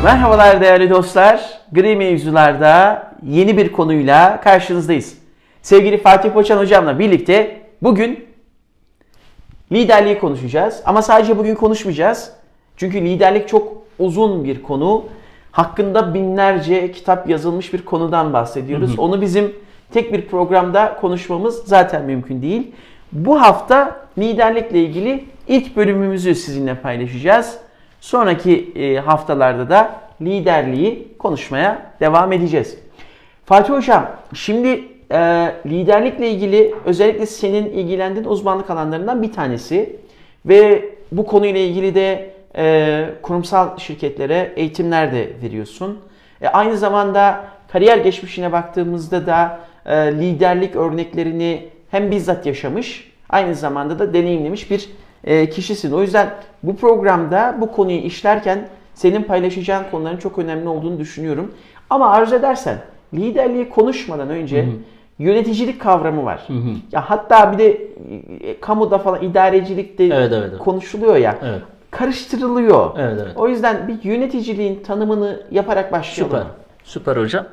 Merhabalar değerli dostlar. Gri Mevzular'da yeni bir konuyla karşınızdayız. Sevgili Fatih Poçan hocamla birlikte bugün liderliği konuşacağız. Ama sadece bugün konuşmayacağız. Çünkü liderlik çok uzun bir konu. Hakkında binlerce kitap yazılmış bir konudan bahsediyoruz. Onu bizim tek bir programda konuşmamız zaten mümkün değil. Bu hafta liderlikle ilgili ilk bölümümüzü sizinle paylaşacağız. Sonraki haftalarda da liderliği konuşmaya devam edeceğiz. Fatih Hocam, şimdi liderlikle ilgili özellikle senin ilgilendiğin uzmanlık alanlarından bir tanesi ve bu konuyla ilgili de kurumsal şirketlere eğitimler de veriyorsun. Aynı zamanda kariyer geçmişine baktığımızda da liderlik örneklerini hem bizzat yaşamış, aynı zamanda da deneyimlemiş bir kişisin. O yüzden bu programda bu konuyu işlerken senin paylaşacağın konuların çok önemli olduğunu düşünüyorum. Ama arzu edersen liderliği konuşmadan önce yöneticilik kavramı var. Ya hatta bir de kamuda falan idarecilik de evet. konuşuluyor ya. Evet. Karıştırılıyor. Evet. O yüzden bir yöneticiliğin tanımını yaparak başlayalım. Süper hocam.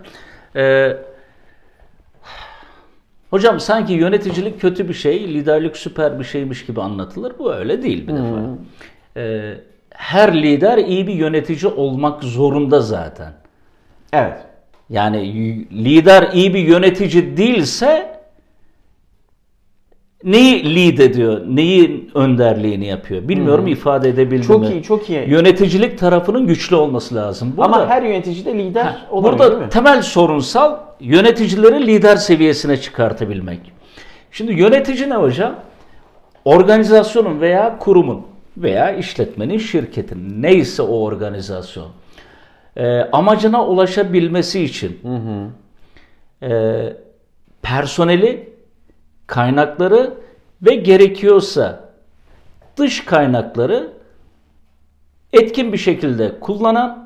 Hocam sanki yöneticilik kötü bir şey, liderlik süper bir şeymiş gibi anlatılır. Bu öyle değil bir defa. Her lider iyi bir yönetici olmak zorunda zaten. Evet. Yani lider iyi bir yönetici değilse neyi lead ediyor, neyin önderliğini yapıyor? Bilmiyorum ifade edebildim mi? Çok iyi, çok iyi. Yöneticilik tarafının güçlü olması lazım. Ama her yönetici de lider olamıyor, burada değil mi? temel sorunsal yöneticileri lider seviyesine çıkartabilmek. Şimdi yönetici ne hocam? Organizasyonun veya kurumun veya işletmenin, şirketin neyse o organizasyon amacına ulaşabilmesi için personeli, kaynakları ve gerekiyorsa dış kaynakları etkin bir şekilde kullanan,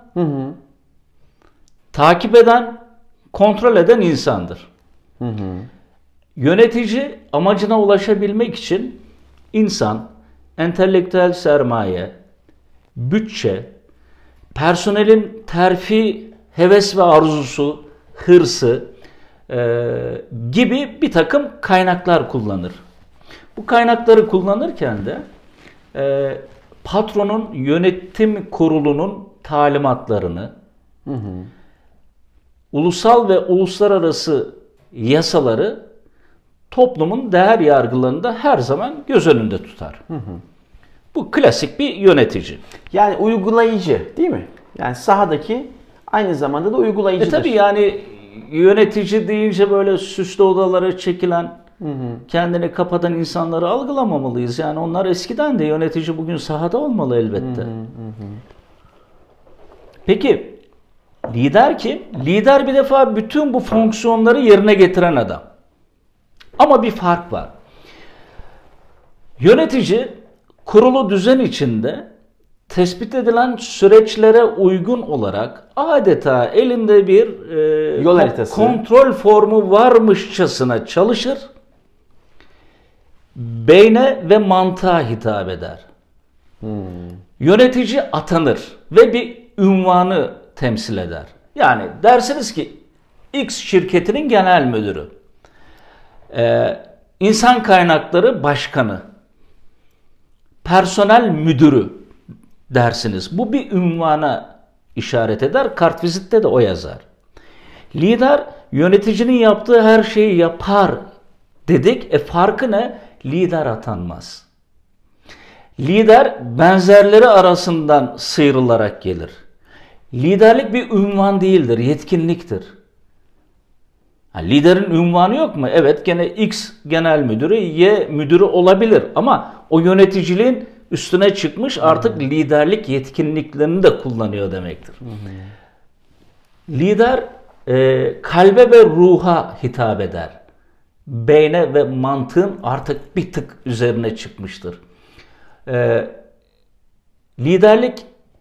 takip eden, kontrol eden insandır. Yönetici amacına ulaşabilmek için insan, entelektüel sermaye, bütçe, personelin terfi, heves ve arzusu, hırsı gibi bir takım kaynaklar kullanır. Bu kaynakları kullanırken de patronun yönetim kurulunun talimatlarını, ulusal ve uluslararası yasaları toplumun değer yargılarında her zaman göz önünde tutar. Bu klasik bir yönetici. Yani uygulayıcı değil mi? Yani sahadaki aynı zamanda da uygulayıcıdır. Tabii yani yönetici deyince böyle süslü odalara çekilen, kendini kapatan insanları algılamamalıyız. Yani onlar eskiden de yönetici, bugün sahada olmalı elbette. Peki lider kim? Lider bir defa bütün bu fonksiyonları yerine getiren adam. Ama bir fark var. Yönetici kurulu düzen içinde tespit edilen süreçlere uygun olarak adeta elinde bir yol haritası, kontrol formu varmışçasına çalışır, beyne ve mantığa hitap eder. Yönetici atanır ve bir ünvanı temsil eder. Yani dersiniz ki X şirketinin genel müdürü, insan kaynakları başkanı, personel müdürü dersiniz. Bu bir ünvana işaret eder. Kartvizitte de o yazar. Lider yöneticinin yaptığı her şeyi yapar dedik. Farkı ne? Lider atanmaz. Lider benzerleri arasından sıyrılarak gelir. Liderlik bir ünvan değildir, yetkinliktir. Liderin ünvanı yok mu? Evet, gene X genel müdürü, Y müdürü olabilir ama o yöneticiliğin üstüne çıkmış, artık liderlik yetkinliklerini de kullanıyor demektir. Lider kalbe ve ruha hitap eder. Beyne ve mantığın artık bir tık üzerine çıkmıştır. Liderlik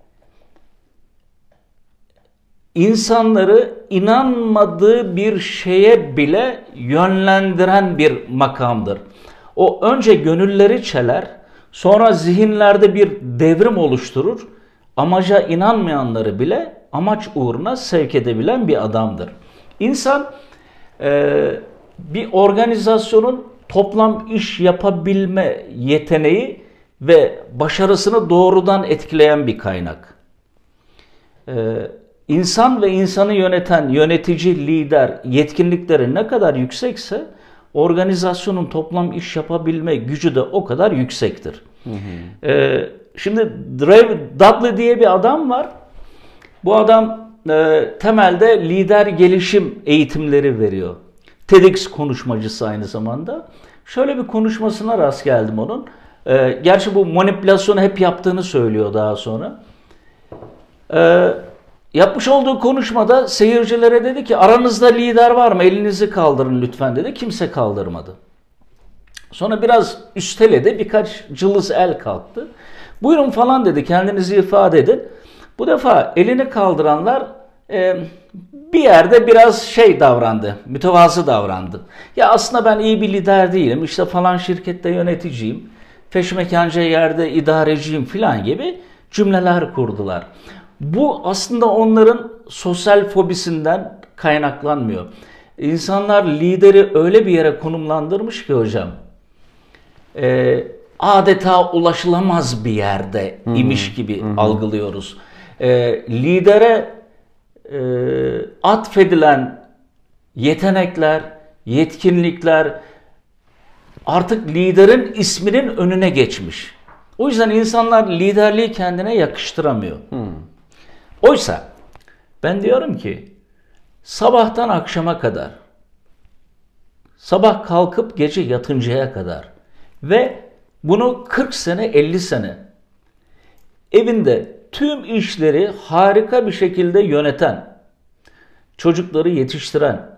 insanları inanmadığı bir şeye bile yönlendiren bir makamdır. O önce gönülleri çeler, sonra zihinlerde bir devrim oluşturur, amaca inanmayanları bile amaç uğruna sevk edebilen bir adamdır. İnsan bir organizasyonun toplam iş yapabilme yeteneği ve başarısını doğrudan etkileyen bir kaynak. İnsan ve insanı yöneten yönetici, lider yetkinlikleri ne kadar yüksekse organizasyonun toplam iş yapabilme gücü de o kadar yüksektir. Şimdi Dudley diye bir adam var. Bu adam temelde lider gelişim eğitimleri veriyor. TEDx konuşmacısı aynı zamanda. Şöyle bir konuşmasına rast geldim onun. Gerçi bu manipülasyonu hep yaptığını söylüyor daha sonra. Yapmış olduğu konuşmada seyircilere dedi ki aranızda lider var mı? Elinizi kaldırın lütfen dedi. Kimse kaldırmadı. Sonra biraz üsteledi. Birkaç cılız el kalktı. Buyurun falan dedi. Kendinizi ifade edin. Bu defa elini kaldıranlar bir yerde biraz davrandı. Mütevazı davrandı. Ya aslında ben iyi bir lider değilim. İşte falan şirkette yöneticiyim. Feşmekanca yerde idareciyim falan gibi cümleler kurdular. Bu aslında onların sosyal fobisinden kaynaklanmıyor. İnsanlar lideri öyle bir yere konumlandırmış ki hocam, adeta ulaşılamaz bir yerde imiş gibi algılıyoruz. Lidere atfedilen yetenekler, yetkinlikler artık liderin isminin önüne geçmiş. O yüzden insanlar liderliği kendine yakıştıramıyor. Oysa ben diyorum ki sabahtan akşama kadar, sabah kalkıp gece yatıncaya kadar ve bunu 40 sene 50 sene evinde tüm işleri harika bir şekilde yöneten, çocukları yetiştiren,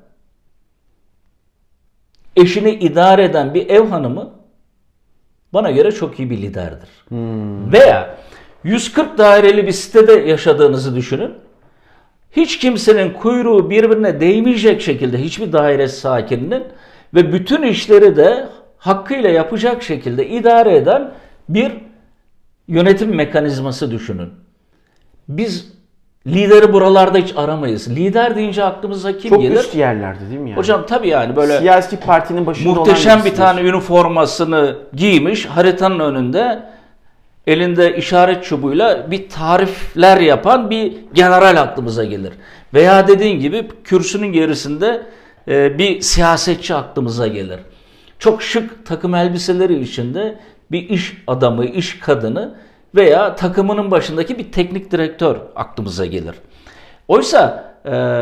eşini idare eden bir ev hanımı bana göre çok iyi bir liderdir. Veya 140 daireli bir sitede yaşadığınızı düşünün. Hiç kimsenin kuyruğu birbirine değmeyecek şekilde hiçbir daire sakininin ve bütün işleri de hakkıyla yapacak şekilde idare eden bir yönetim mekanizması düşünün. Biz lideri buralarda hiç aramayız. Lider deyince aklımıza kim gelir? Çok üst yerlerde değil mi yani? Hocam tabii yani böyle siyasi partinin başında muhteşem olan bir tane üniformasını giymiş, haritanın önünde elinde işaret çubuğuyla bir tarifler yapan bir general aklımıza gelir. Veya dediğin gibi kürsünün gerisinde bir siyasetçi aklımıza gelir. Çok şık takım elbiseleri içinde bir iş adamı, iş kadını veya takımının başındaki bir teknik direktör aklımıza gelir. Oysa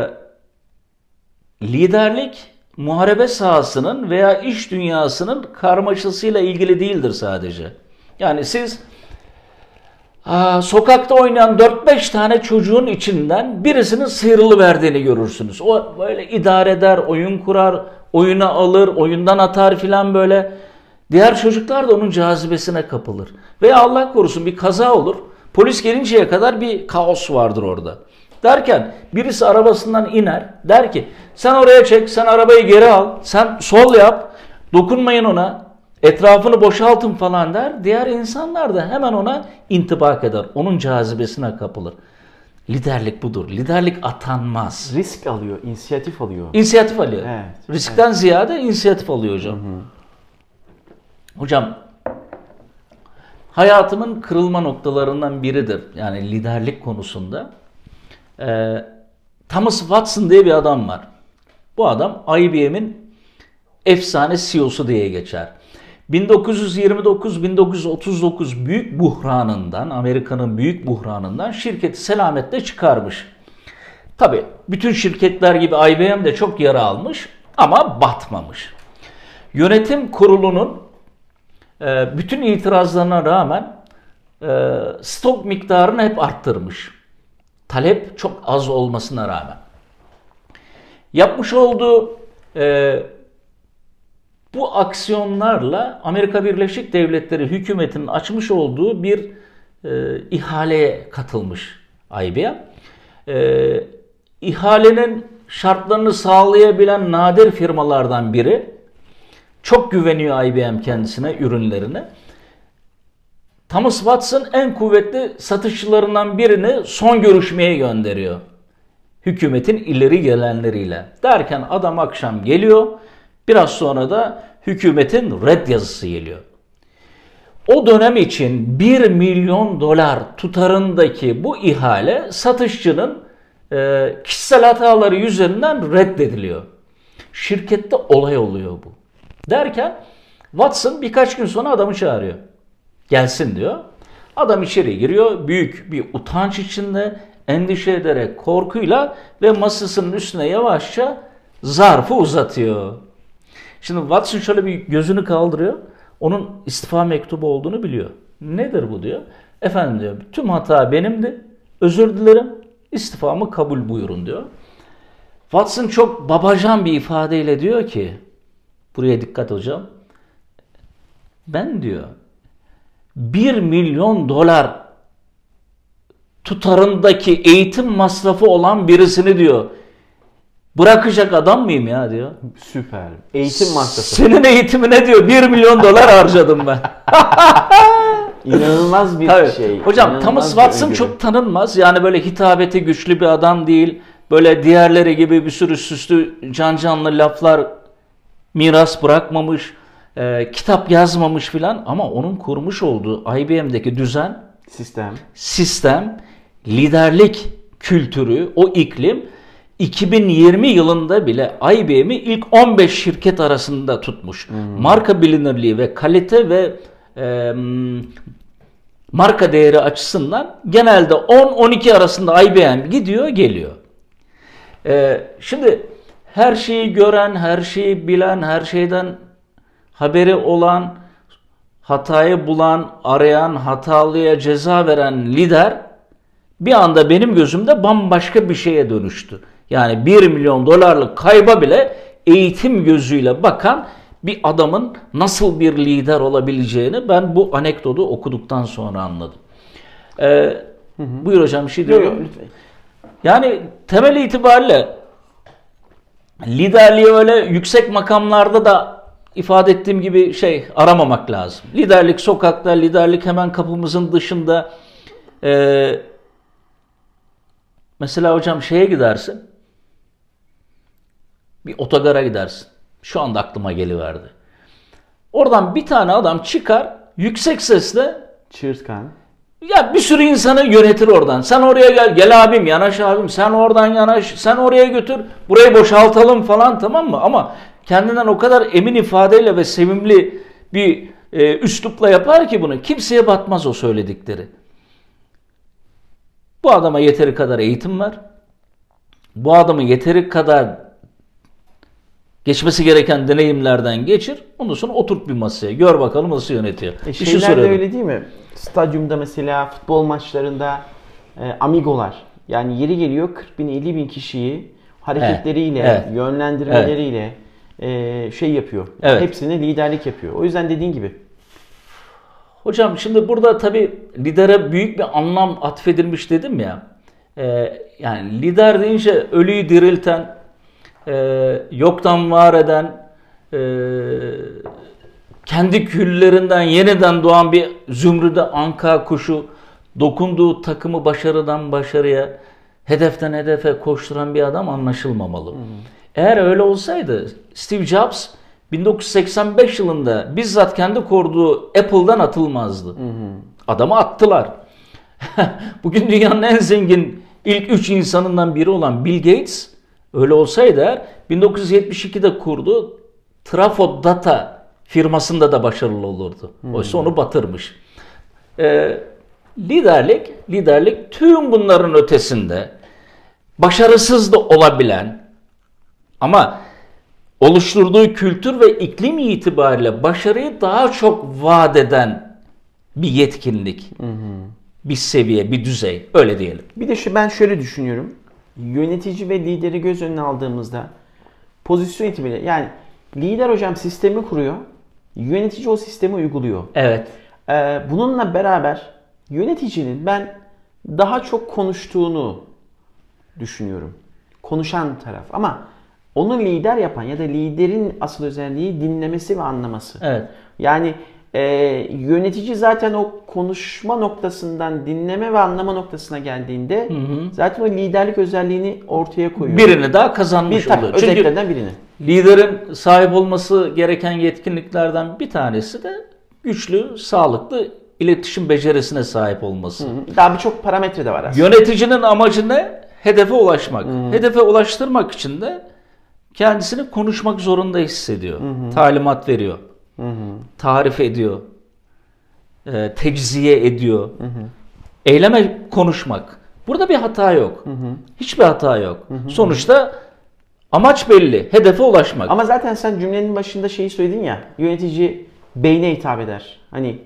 liderlik muharebe sahasının veya iş dünyasının karmaşasıyla ilgili değildir sadece. Yani siz sokakta oynayan 4-5 tane çocuğun içinden birisinin sıyrılıverdiğini görürsünüz. O böyle idare eder, oyun kurar, oyuna alır, oyundan atar filan böyle. Diğer çocuklar da onun cazibesine kapılır. Veya Allah korusun bir kaza olur. Polis gelinceye kadar bir kaos vardır orada. Derken birisi arabasından iner. Der ki sen oraya çek, sen arabayı geri al, sen sol yap, dokunmayın ona, etrafını boşaltın falan der. Diğer insanlar da hemen ona intibak eder. Onun cazibesine kapılır. Liderlik budur. Liderlik atanmaz. Risk alıyor, inisiyatif alıyor. İnisiyatif alıyor. Evet, Riskten ziyade inisiyatif alıyor hocam. Hocam, hayatımın kırılma noktalarından biridir. Yani liderlik konusunda. Thomas Watson diye bir adam var. Bu adam IBM'in efsane CEO'su diye geçer. 1929-1939 büyük buhranından, Amerika'nın büyük buhranından şirketi selametle çıkarmış. Tabii bütün şirketler gibi IBM de çok yara almış ama batmamış. Yönetim kurulunun bütün itirazlarına rağmen stok miktarını hep arttırmış. Talep çok az olmasına rağmen. Yapmış olduğu bu aksiyonlarla Amerika Birleşik Devletleri hükümetinin açmış olduğu bir ihaleye katılmış IBM. İhalenin şartlarını sağlayabilen nadir firmalardan biri. Çok güveniyor IBM kendisine, ürünlerine. Thomas Watson en kuvvetli satışçılarından birini son görüşmeye gönderiyor. Hükümetin ileri gelenleriyle. Derken adam akşam geliyor. Biraz sonra da hükümetin red yazısı geliyor. O dönem için 1 milyon dolar tutarındaki bu ihale satışçının kişisel hataları yüzünden reddediliyor. Şirkette olay oluyor bu. Derken Watson birkaç gün sonra adamı çağırıyor. Gelsin diyor. Adam içeri giriyor. Büyük bir utanç içinde, endişe ederek, korkuyla ve masasının üstüne yavaşça zarfı uzatıyor. Şimdi Watson şöyle bir gözünü kaldırıyor. Onun istifa mektubu olduğunu biliyor. Nedir bu diyor. Efendim diyor, tüm hata benimdi. Özür dilerim. İstifamı kabul buyurun diyor. Watson çok babacan bir ifadeyle diyor ki, buraya dikkat hocam. Ben diyor 1 milyon dolar tutarındaki eğitim masrafı olan birisini diyor bırakacak adam mıyım ya diyor. Süper. Eğitim masrafı. Senin eğitimine diyor 1 milyon dolar harcadım ben. İnanılmaz bir Tabii. şey. Hocam İnanılmaz Thomas bir Watson öngörü. çok tanınmaz. Yani böyle hitabeti güçlü bir adam değil. Böyle diğerleri gibi bir sürü süslü canlı laflar miras bırakmamış. Kitap yazmamış filan. Ama onun kurmuş olduğu IBM'deki düzen, sistem, liderlik kültürü, o iklim 2020 yılında bile IBM'i ilk 15 şirket arasında tutmuş. Marka bilinirliği ve kalite ve marka değeri açısından genelde 10-12 arasında IBM gidiyor geliyor. Şimdi her şeyi gören, her şeyi bilen, her şeyden haberi olan, hatayı bulan, arayan, hatalıya ceza veren lider bir anda benim gözümde bambaşka bir şeye dönüştü. Yani 1 milyon dolarlık kayba bile eğitim gözüyle bakan bir adamın nasıl bir lider olabileceğini ben bu anekdotu okuduktan sonra anladım. Buyur hocam, bir şey diyorum. Lütfen. Yani temel itibariyle liderliği öyle yüksek makamlarda da ifade ettiğim gibi aramamak lazım. Liderlik sokakta, liderlik hemen kapımızın dışında. Mesela hocam gidersin. Bir otogara gidersin. Şu anda aklıma geliverdi. Oradan bir tane adam çıkar yüksek sesle Çığırtkan. ya bir sürü insanı yönetir oradan. Sen oraya gel. Gel abim, yanaş abim. Sen oradan yanaş. Sen oraya götür. Burayı boşaltalım falan, tamam mı? Ama kendinden o kadar emin ifadeyle ve sevimli bir üslupla yapar ki bunu. Kimseye batmaz o söyledikleri. Bu adama yeteri kadar eğitim var. Bu adamı yeteri kadar geçmesi gereken deneyimlerden geçir. Ondan sonra oturt bir masaya. Gör bakalım nasıl yönetiyor. Bir şey Şeyler de soruyordum. öyle değil mi? Stadyumda mesela futbol maçlarında amigolar. Yani yeri geliyor 40 bin 50 bin kişiyi hareketleriyle, yönlendirmeleriyle yapıyor. Evet. Hepsine liderlik yapıyor. O yüzden dediğin gibi. Hocam şimdi burada tabii lidere büyük bir anlam atfedilmiş dedim ya. Yani lider deyince ölüyü dirilten, yoktan var eden, kendi küllerinden yeniden doğan bir zümrüde anka kuşu, dokunduğu takımı başarıdan başarıya, hedeften hedefe koşturan bir adam anlaşılmamalı. Eğer öyle olsaydı Steve Jobs 1985 yılında bizzat kendi kurduğu Apple'dan atılmazdı. Adamı attılar. Bugün dünyanın en zengin ilk 3 insanından biri olan Bill Gates öyle olsaydı eğer 1972'de kurduğu Trafod Data firmasında da başarılı olurdu. Oysa onu batırmış. Liderlik tüm bunların ötesinde başarısız da olabilen ama oluşturduğu kültür ve iklim itibariyle başarıyı daha çok vaat eden bir yetkinlik, bir seviye, bir düzey, öyle diyelim. Bir de ben şöyle düşünüyorum. Yönetici ve lideri göz önüne aldığımızda pozisyon itibariyle, yani lider hocam sistemi kuruyor, yönetici o sistemi uyguluyor. Evet. Bununla beraber yöneticinin ben daha çok konuştuğunu düşünüyorum. Konuşan taraf. Ama onu lider yapan ya da liderin asıl özelliği dinlemesi ve anlaması. Evet. Yani yönetici zaten o konuşma noktasından dinleme ve anlama noktasına geldiğinde zaten o liderlik özelliğini ortaya koyuyor. Birini daha kazanmış oluyor. Çünkü özelliklerden birini. liderin sahip olması gereken yetkinliklerden bir tanesi de güçlü, sağlıklı iletişim becerisine sahip olması. Daha birçok parametre de var aslında. Yöneticinin amacı ne? Hedefe ulaşmak. Hedefe ulaştırmak için de kendisini konuşmak zorunda hissediyor. Talimat veriyor. Tarif ediyor. Tecziye ediyor. Eyleme konuşmak. Burada bir hata yok. Hiçbir hata yok. Sonuçta amaç belli. Hedefe ulaşmak. Ama zaten sen cümlenin başında şeyi söyledin ya. Yönetici beyne hitap eder. Hani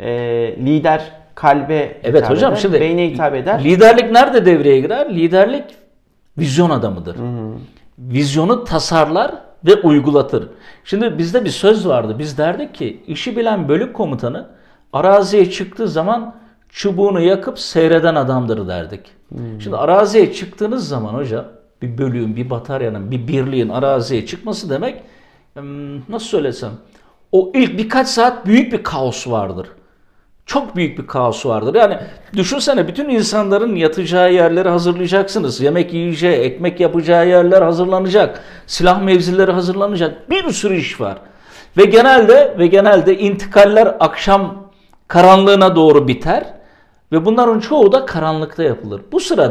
lider kalbe Evet hitap hocam, eder, şimdi beyne hitap eder. Liderlik nerede devreye girer? Liderlik vizyon adamıdır. Vizyonu tasarlar ve uygulatır. Şimdi bizde bir söz vardı. Biz derdik ki işi bilen bölük komutanı araziye çıktığı zaman çubuğunu yakıp seyreden adamdır derdik. Şimdi araziye çıktığınız zaman hocam bir bölüğün, bir bataryanın, bir birliğin araziye çıkması demek, nasıl söylesem, o ilk birkaç saat büyük bir kaos vardır. Çok büyük bir kaos vardır. Yani düşünsene, bütün insanların yatacağı yerleri hazırlayacaksınız. Yemek yiyeceği, ekmek yapacağı yerler hazırlanacak. Silah mevzileri hazırlanacak. Bir sürü iş var. Ve genelde intikaller akşam karanlığına doğru biter ve bunların çoğu da karanlıkta yapılır.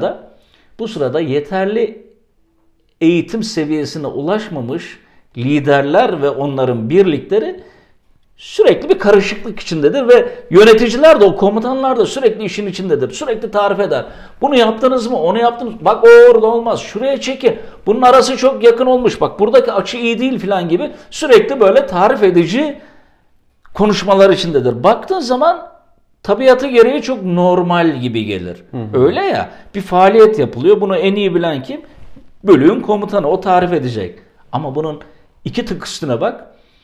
Bu sırada yeterli eğitim seviyesine ulaşmamış liderler ve onların birlikleri sürekli bir karışıklık içindedir ve yöneticiler de, o komutanlar da sürekli işin içindedir. Sürekli tarif eder. Bunu yaptınız mı? Onu yaptınız mı? Bak o orada olmaz. Şuraya çekin. Bunun arası çok yakın olmuş. Bak buradaki açı iyi değil falan gibi sürekli böyle tarif edici konuşmalar içindedir. Baktığın zaman tabiatı gereği çok normal gibi gelir. Öyle ya, bir faaliyet yapılıyor. Bunu en iyi bilen kim? Bölüğün komutanı. O tarif edecek. Ama bunun iki tık üstüne bak.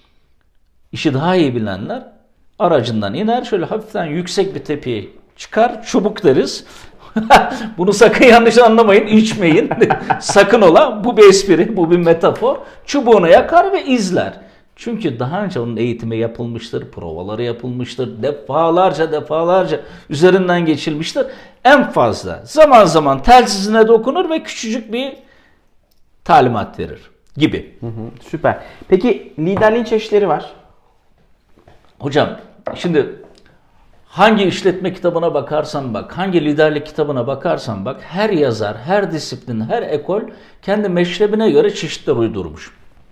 İşi daha iyi bilenler aracından iner, şöyle hafiften yüksek bir tepeye çıkar, çubuk deriz. Bunu sakın yanlış anlamayın, içmeyin. Sakın ola, bu bir espri, bu bir metafor. Çubuğunu yakar ve izler. Çünkü daha önce onun eğitimi yapılmıştır, provaları yapılmıştır, defalarca üzerinden geçilmiştir. En fazla zaman zaman telsizine dokunur ve küçücük bir talimat verir gibi. Süper. Peki liderliğin çeşitleri var. Hocam şimdi hangi işletme kitabına bakarsan bak, hangi liderlik kitabına bakarsan bak, her yazar, her disiplin, her ekol kendi meşrebine göre çeşitler uydurmuş.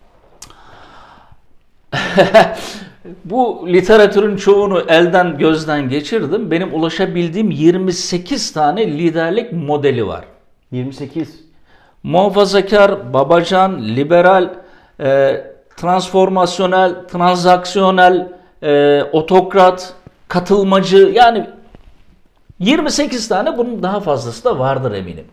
Bu literatürün çoğunu elden gözden geçirdim. Benim ulaşabildiğim 28 tane liderlik modeli var. 28. Muhafazakar, babacan, liberal, transformasyonel, transaksiyonel, otokrat, katılmacı, yani 28 tane, bunun daha fazlası da vardır eminim.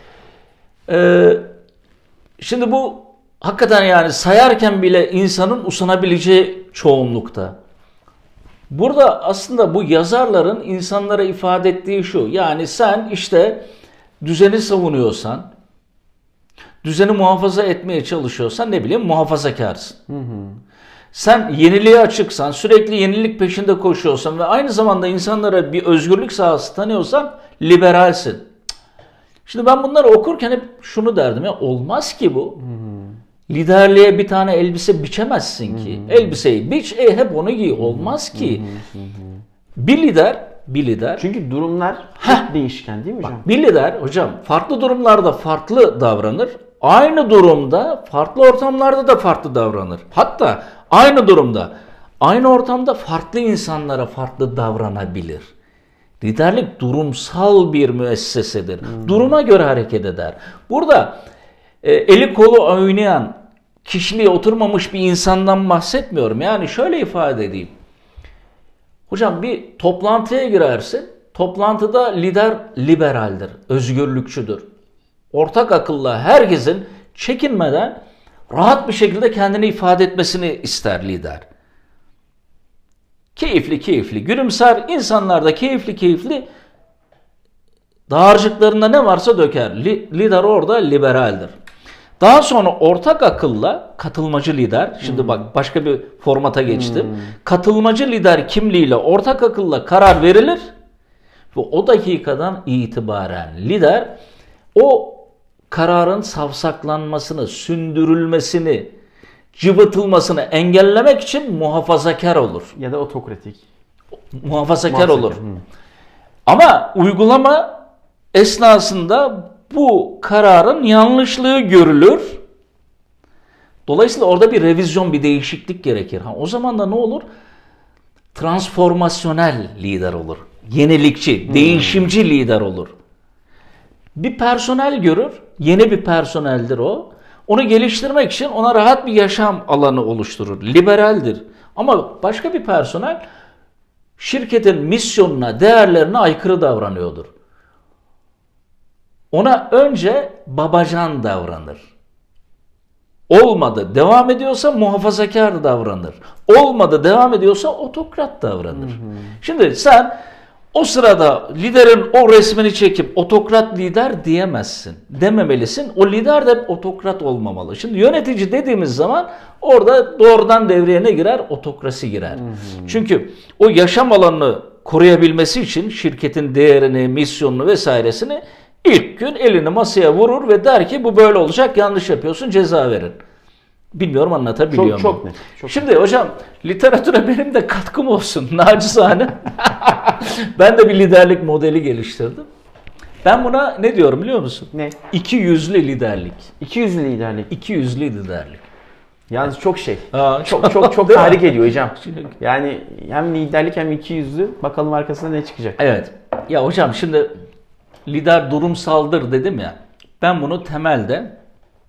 Şimdi bu hakikaten yani sayarken bile insanın usanabileceği çoğunlukta. Burada aslında bu yazarların insanlara ifade ettiği şu: yani sen işte düzeni savunuyorsan, düzeni muhafaza etmeye çalışıyorsan, ne bileyim, muhafazakarsın. Sen yeniliğe açıksan, sürekli yenilik peşinde koşuyorsan ve aynı zamanda insanlara bir özgürlük sahası tanıyorsan liberalsin. Şimdi ben bunları okurken hep şunu derdim: ya olmaz ki bu. Liderliğe bir tane elbise biçemezsin ki. Elbiseyi biç, hep onu giy. Olmaz ki. Bir lider. Çünkü durumlar çok değişken değil mi hocam? Bir lider hocam farklı durumlarda farklı davranır. Aynı durumda farklı ortamlarda da farklı davranır. Hatta aynı durumda, aynı ortamda farklı insanlara farklı davranabilir. Liderlik durumsal bir müessesedir. Duruma göre hareket eder. Burada eli kolu oynayan, kişiliğe oturmamış bir insandan bahsetmiyorum. Yani şöyle ifade edeyim. Hocam bir toplantıya girersin. Toplantıda lider liberaldir, özgürlükçüdür. Ortak akılla herkesin çekinmeden rahat bir şekilde kendini ifade etmesini ister lider. Keyifli gülümser, insanlar da keyifli dağarcıklarında ne varsa döker. Lider orada liberaldir. Daha sonra ortak akılla katılmacı lider, şimdi bak başka bir formata geçtim. Katılmacı lider kimliğiyle ortak akılla karar verilir ve o dakikadan itibaren lider o kararın savsaklanmasını, sündürülmesini, cıvıtılmasını engellemek için muhafazakar olur. Ya da otokratik. Muhafazakar olur. Ama uygulama esnasında bu kararın yanlışlığı görülür. Dolayısıyla orada bir revizyon, bir değişiklik gerekir. O zaman da ne olur? Transformasyonel lider olur. Yenilikçi, değişimci lider olur. Bir personel görür, yeni bir personeldir o. Onu geliştirmek için ona rahat bir yaşam alanı oluşturur. Liberaldir. Ama başka bir personel şirketin misyonuna, değerlerine aykırı davranıyordur. Ona önce babacan davranır. Olmadı, devam ediyorsa muhafazakar davranır. Olmadı, devam ediyorsa otokrat davranır. Şimdi sen o sırada liderin o resmini çekip otokrat lider diyemezsin. Dememelisin. O lider de otokrat olmamalı. Şimdi yönetici dediğimiz zaman orada doğrudan devreye ne girer? Otokrasi girer. Çünkü o yaşam alanını koruyabilmesi için şirketin değerini, misyonunu vesairesini ilk gün elini masaya vurur ve der ki bu böyle olacak, yanlış yapıyorsun, ceza verin. Bilmiyorum anlatabiliyor muyum? Çok net. Şimdi hocam literatüre benim de katkım olsun nacizane. Ben de bir liderlik modeli geliştirdim. Ben buna ne diyorum biliyor musun? Ne? İki yüzlü liderlik. İki yüzlü liderlik. İki yüzlü liderlik. Yalnız çok şey. Aa, Çok tahrik ediyor hocam. Yani hem liderlik hem iki yüzlü. Bakalım arkasında ne çıkacak. Evet. Ya hocam şimdi lider durumsaldır dedim ya. Ben bunu temelde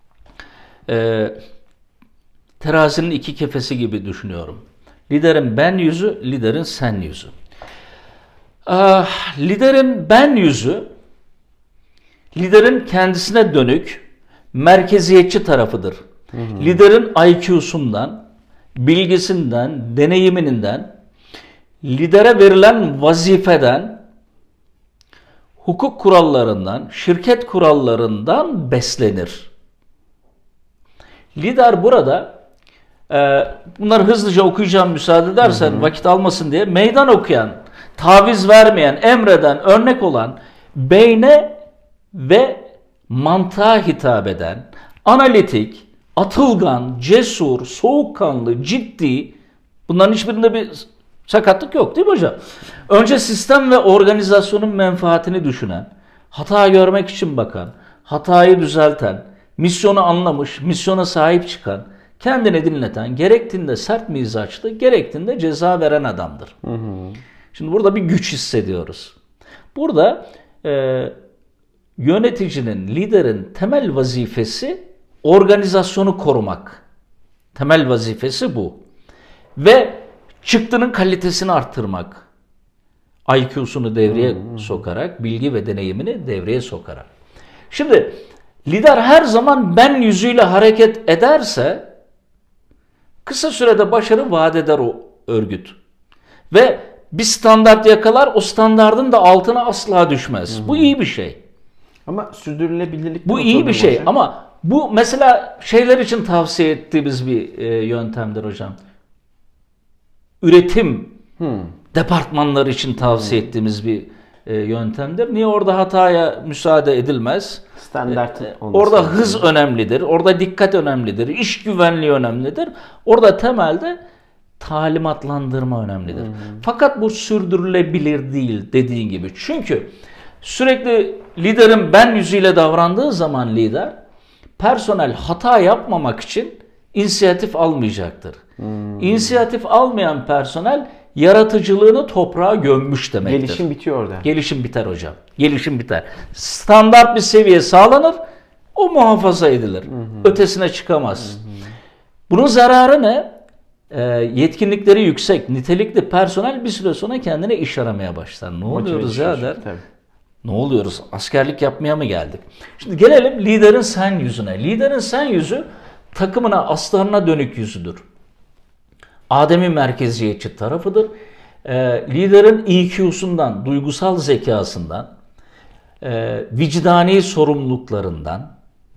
terazinin iki kefesi gibi düşünüyorum. Liderin ben yüzü, liderin sen yüzü. Liderin ben yüzü, liderin kendisine dönük, merkeziyetçi tarafıdır. Liderin IQ'sundan, bilgisinden, deneyiminden, lidere verilen vazifeden, hukuk kurallarından, şirket kurallarından beslenir. Lider burada, bunları hızlıca okuyacağım müsaade edersen vakit almasın diye, meydan okuyan, taviz vermeyen, emreden, örnek olan, beyne ve mantığa hitap eden, analitik, atılgan, cesur, soğukkanlı, ciddi, bunların hiçbirinde bir sakatlık yok değil mi hocam? Önce sistem ve organizasyonun menfaatini düşünen, hata görmek için bakan, hatayı düzelten, misyonu anlamış, misyona sahip çıkan, kendini dinleten, gerektiğinde sert mizaçlı, gerektiğinde ceza veren adamdır. Şimdi burada bir güç hissediyoruz. Burada yöneticinin, liderin temel vazifesi organizasyonu korumak. Temel vazifesi bu. Ve çıktının kalitesini arttırmak. IQ'sunu devreye sokarak, bilgi ve deneyimini devreye sokarak. Şimdi lider her zaman ben yüzüyle hareket ederse kısa sürede başarı vaat eder o örgüt. Ve bir standart yakalar, o standardın da altına asla düşmez. Bu iyi bir şey. Ama sürdürülebilirlik... Bu iyi bir şey hocam. Ama bu mesela şeyler için tavsiye ettiğimiz bir yöntemdir hocam. Üretim departmanları için tavsiye ettiğimiz bir yöntemdir. Niye orada hataya müsaade edilmez? Standart orada hız önemlidir. Orada dikkat önemlidir. İş güvenliği önemlidir. Orada temelde talimatlandırma önemlidir. Fakat bu sürdürülebilir değil dediğin gibi. Çünkü sürekli liderin ben yüzüyle davrandığı zaman lider personel hata yapmamak için inisiyatif almayacaktır. İnisiyatif almayan personel yaratıcılığını toprağa gömmüş demektir. Gelişim bitiyor orada. Gelişim biter hocam. Gelişim biter. Standart bir seviye sağlanır, o muhafaza edilir. Ötesine çıkamaz. Bunun zararı ne? Yetkinlikleri yüksek, nitelikli personel bir süre sonra kendine iş aramaya başlar. Ne oluyoruz ya der. Tabii. Ne oluyoruz? Askerlik yapmaya mı geldik? Şimdi gelelim liderin sen yüzüne. Liderin sen yüzü takımına, aslarına dönük yüzüdür. Ademi merkeziyetçi tarafıdır. Liderin EQ'sundan, duygusal zekasından, vicdani sorumluluklarından,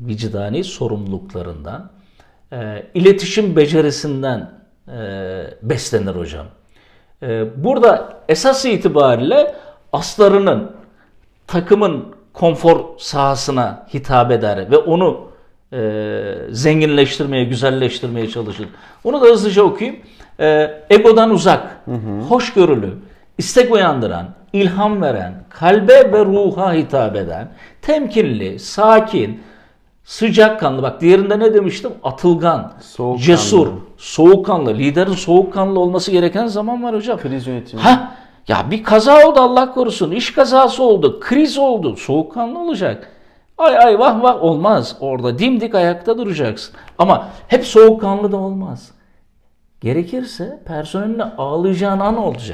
vicdani sorumluluklarından, iletişim becerisinden beslenir hocam. Burada esas itibariyle aslarının, takımın konfor sahasına hitap eder ve onu zenginleştirmeye, güzelleştirmeye çalışır. Onu da hızlıca okuyayım. Egodan uzak, hoşgörülü, istek uyandıran, ilham veren, kalbe ve ruha hitap eden, temkinli, sakin, sıcakkanlı. Bak diğerinde ne demiştim? Atılgan, Soğukkanlı. cesur, soğukkanlı. Liderin soğukkanlı olması gereken zaman var hocam. Kriz yönetimi. Ya bir kaza oldu Allah korusun. İş kazası oldu, kriz oldu. Soğukkanlı olacak. Ay ay vah vah olmaz. Orada dimdik ayakta duracaksın. Ama hep soğukkanlı da olmaz. Gerekirse personeline ağlayacağın an olacak.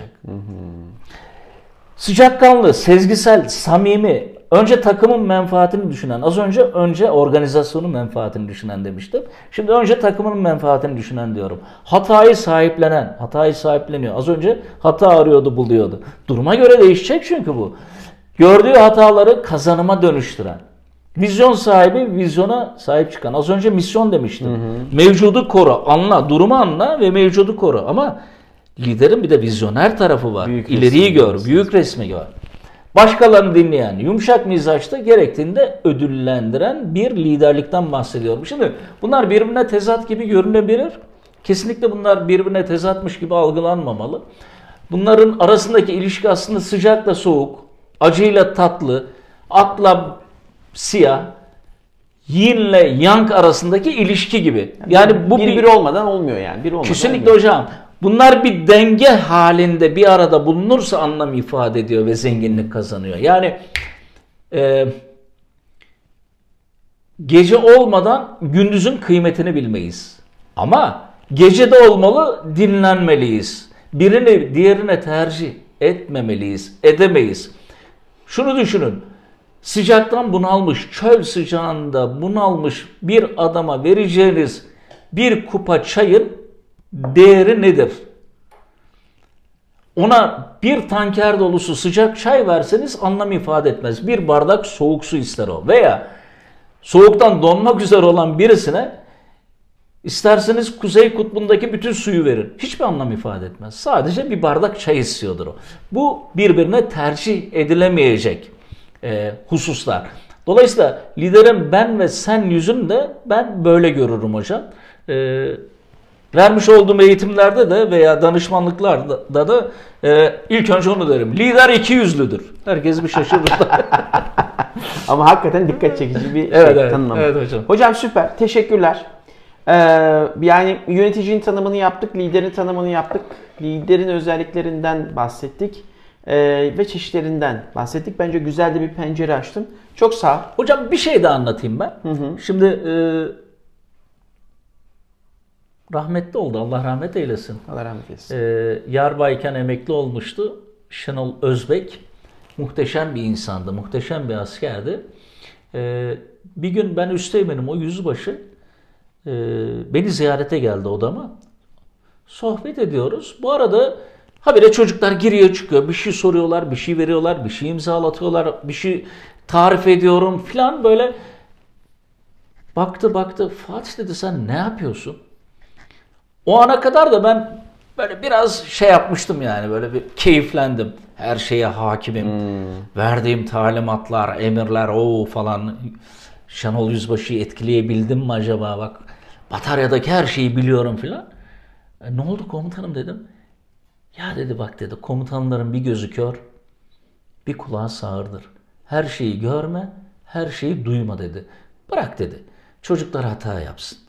Sıcakkanlı, sezgisel, samimi, önce takımın menfaatini düşünen, az önce organizasyonun menfaatini düşünen demiştim. Şimdi önce takımın menfaatini düşünen diyorum. Hatayı sahipleniyor. Az önce hata arıyordu, buluyordu. Duruma göre değişecek çünkü bu. Gördüğü hataları kazanıma dönüştüren. Vizyon sahibi, vizyona sahip çıkan. Az önce misyon demiştim. Mevcudu koru, anla, durumu anla ve mevcudu koru. Ama liderin bir de vizyoner tarafı var. Büyük İleriyi gör, büyük resmi gör. Başkalarını dinleyen, yumuşak mizaçta gerektiğinde ödüllendiren bir liderlikten bahsediyorum. Şimdi bunlar birbirine tezat gibi görünebilir. Kesinlikle bunlar birbirine tezatmış gibi algılanmamalı. Bunların arasındaki ilişki aslında sıcakla soğuk, acıyla tatlı, akla siyah, yinle yang arasındaki ilişki gibi. Yani bu biri olmadan olmuyor yani. Biri olmadan kesinlikle olmuyor. hocam. Bunlar bir denge halinde bir arada bulunursa anlam ifade ediyor ve zenginlik kazanıyor. Yani gece olmadan gündüzün kıymetini bilmeyiz. Ama gecede olmalı, dinlenmeliyiz. Birini diğerine tercih etmemeliyiz, edemeyiz. Şunu düşünün. Sıcaktan bunalmış, çöl sıcağında bunalmış bir adama vereceğiniz bir kupa çayın değeri nedir? Ona bir tanker dolusu sıcak çay verseniz anlam ifade etmez. Bir bardak soğuk su ister o. Veya soğuktan donmak üzere olan birisine isterseniz Kuzey Kutbu'ndaki bütün suyu verin. Hiçbir anlam ifade etmez. Sadece bir bardak çay istiyordur o. Bu birbirine tercih edilemeyecek hususlar. Dolayısıyla liderin ben ve sen yüzünü de ben böyle görürüm hocam. Vermiş olduğum eğitimlerde de veya danışmanlıklarda da ilk önce onu derim. Lider ikiyüzlüdür. Herkes bir şaşırır. Ama hakikaten dikkat çekici bir tanımlama. Evet hocam. Hocam süper. Teşekkürler. Yani yöneticinin tanımını yaptık, liderin tanımını yaptık. Liderin özelliklerinden bahsettik. Ve çeşitlerinden bahsettik. Bence güzel de bir pencere açtın. Çok sağ ol. Hocam bir şey daha anlatayım ben. Şimdi rahmetli oldu. Allah rahmet eylesin. Allah rahmet eylesin. Yarbayken emekli olmuştu. Şenol Özbek. Muhteşem bir insandı. Muhteşem bir askerdi. Bir gün ben üsteğmenim, o yüzbaşı beni ziyarete geldi odama. Sohbet ediyoruz. Bu arada habire çocuklar giriyor çıkıyor. Bir şey soruyorlar, bir şey veriyorlar, bir şey imzalatıyorlar, bir şey tarif ediyorum filan böyle. Baktı. Fatih dedi, sen ne yapıyorsun? O ana kadar da ben böyle biraz şey yapmıştım yani, böyle bir keyiflendim. Her şeye hakimim. Verdiğim talimatlar, emirler falan. Şenol Yüzbaşı'yı etkileyebildim mi acaba? Bak bataryadaki her şeyi biliyorum filan. Ne oldu komutanım dedim. Ya dedi, bak dedi, komutanların bir gözü kör, bir kulağı sağırdır. Her şeyi görme, her şeyi duyma dedi. Bırak dedi. Çocuklar hata yapsın.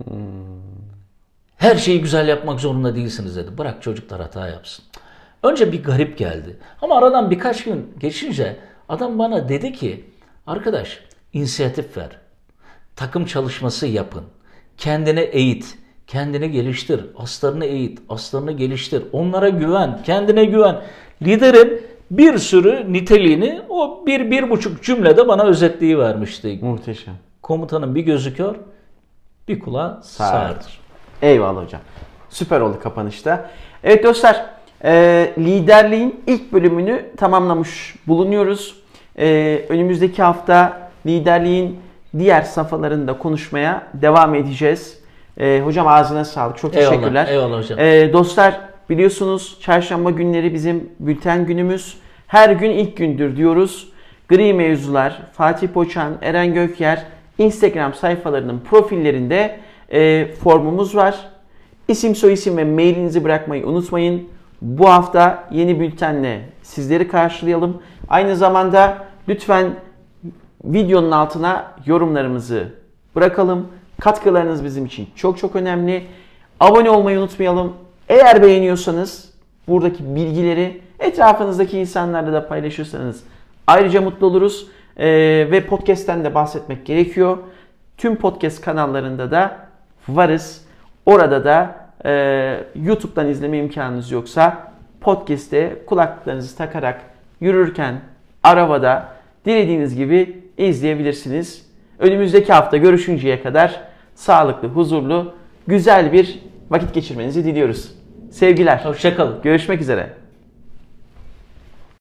Her şeyi güzel yapmak zorunda değilsiniz dedi. Bırak çocuklar hata yapsın. Önce bir garip geldi. Ama aradan birkaç gün geçince adam bana dedi ki, arkadaş inisiyatif ver. Takım çalışması yapın. Kendine eğit. Kendini geliştir. Aslarını eğit. Aslarını geliştir. Onlara güven. Kendine güven. Liderin bir sürü niteliğini o 1-1,5 cümlede bana özetleyivermişti. Muhteşem. Komutanın bir gözü kör, bir kulağı sağırdır. Eyvallah hocam. Süper oldu kapanışta. Evet dostlar, liderliğin ilk bölümünü tamamlamış bulunuyoruz. Önümüzdeki hafta liderliğin diğer safhalarında konuşmaya devam edeceğiz. Hocam ağzına sağlık. Çok teşekkürler. Eyvallah hocam. Dostlar biliyorsunuz çarşamba günleri bizim bülten günümüz. Her gün ilk gündür diyoruz. Gri Mevzular, Fatih Poçan, Eren Gökyer Instagram sayfalarının profillerinde formumuz var. İsim, soyisim ve mailinizi bırakmayı unutmayın. Bu hafta yeni bültenle sizleri karşılayalım. Aynı zamanda lütfen videonun altına yorumlarımızı bırakalım. Katkılarınız bizim için çok çok önemli. Abone olmayı unutmayalım. Eğer beğeniyorsanız buradaki bilgileri etrafınızdaki insanlarla da paylaşırsanız ayrıca mutlu oluruz. Ve podcast'ten de bahsetmek gerekiyor. Tüm podcast kanallarında da varız. Orada da YouTube'dan izleme imkanınız yoksa podcast'te kulaklıklarınızı takarak yürürken, arabada dilediğiniz gibi izleyebilirsiniz. Önümüzdeki hafta görüşünceye kadar sağlıklı, huzurlu, güzel bir vakit geçirmenizi diliyoruz. Sevgiler. Hoşça kalın. Görüşmek üzere.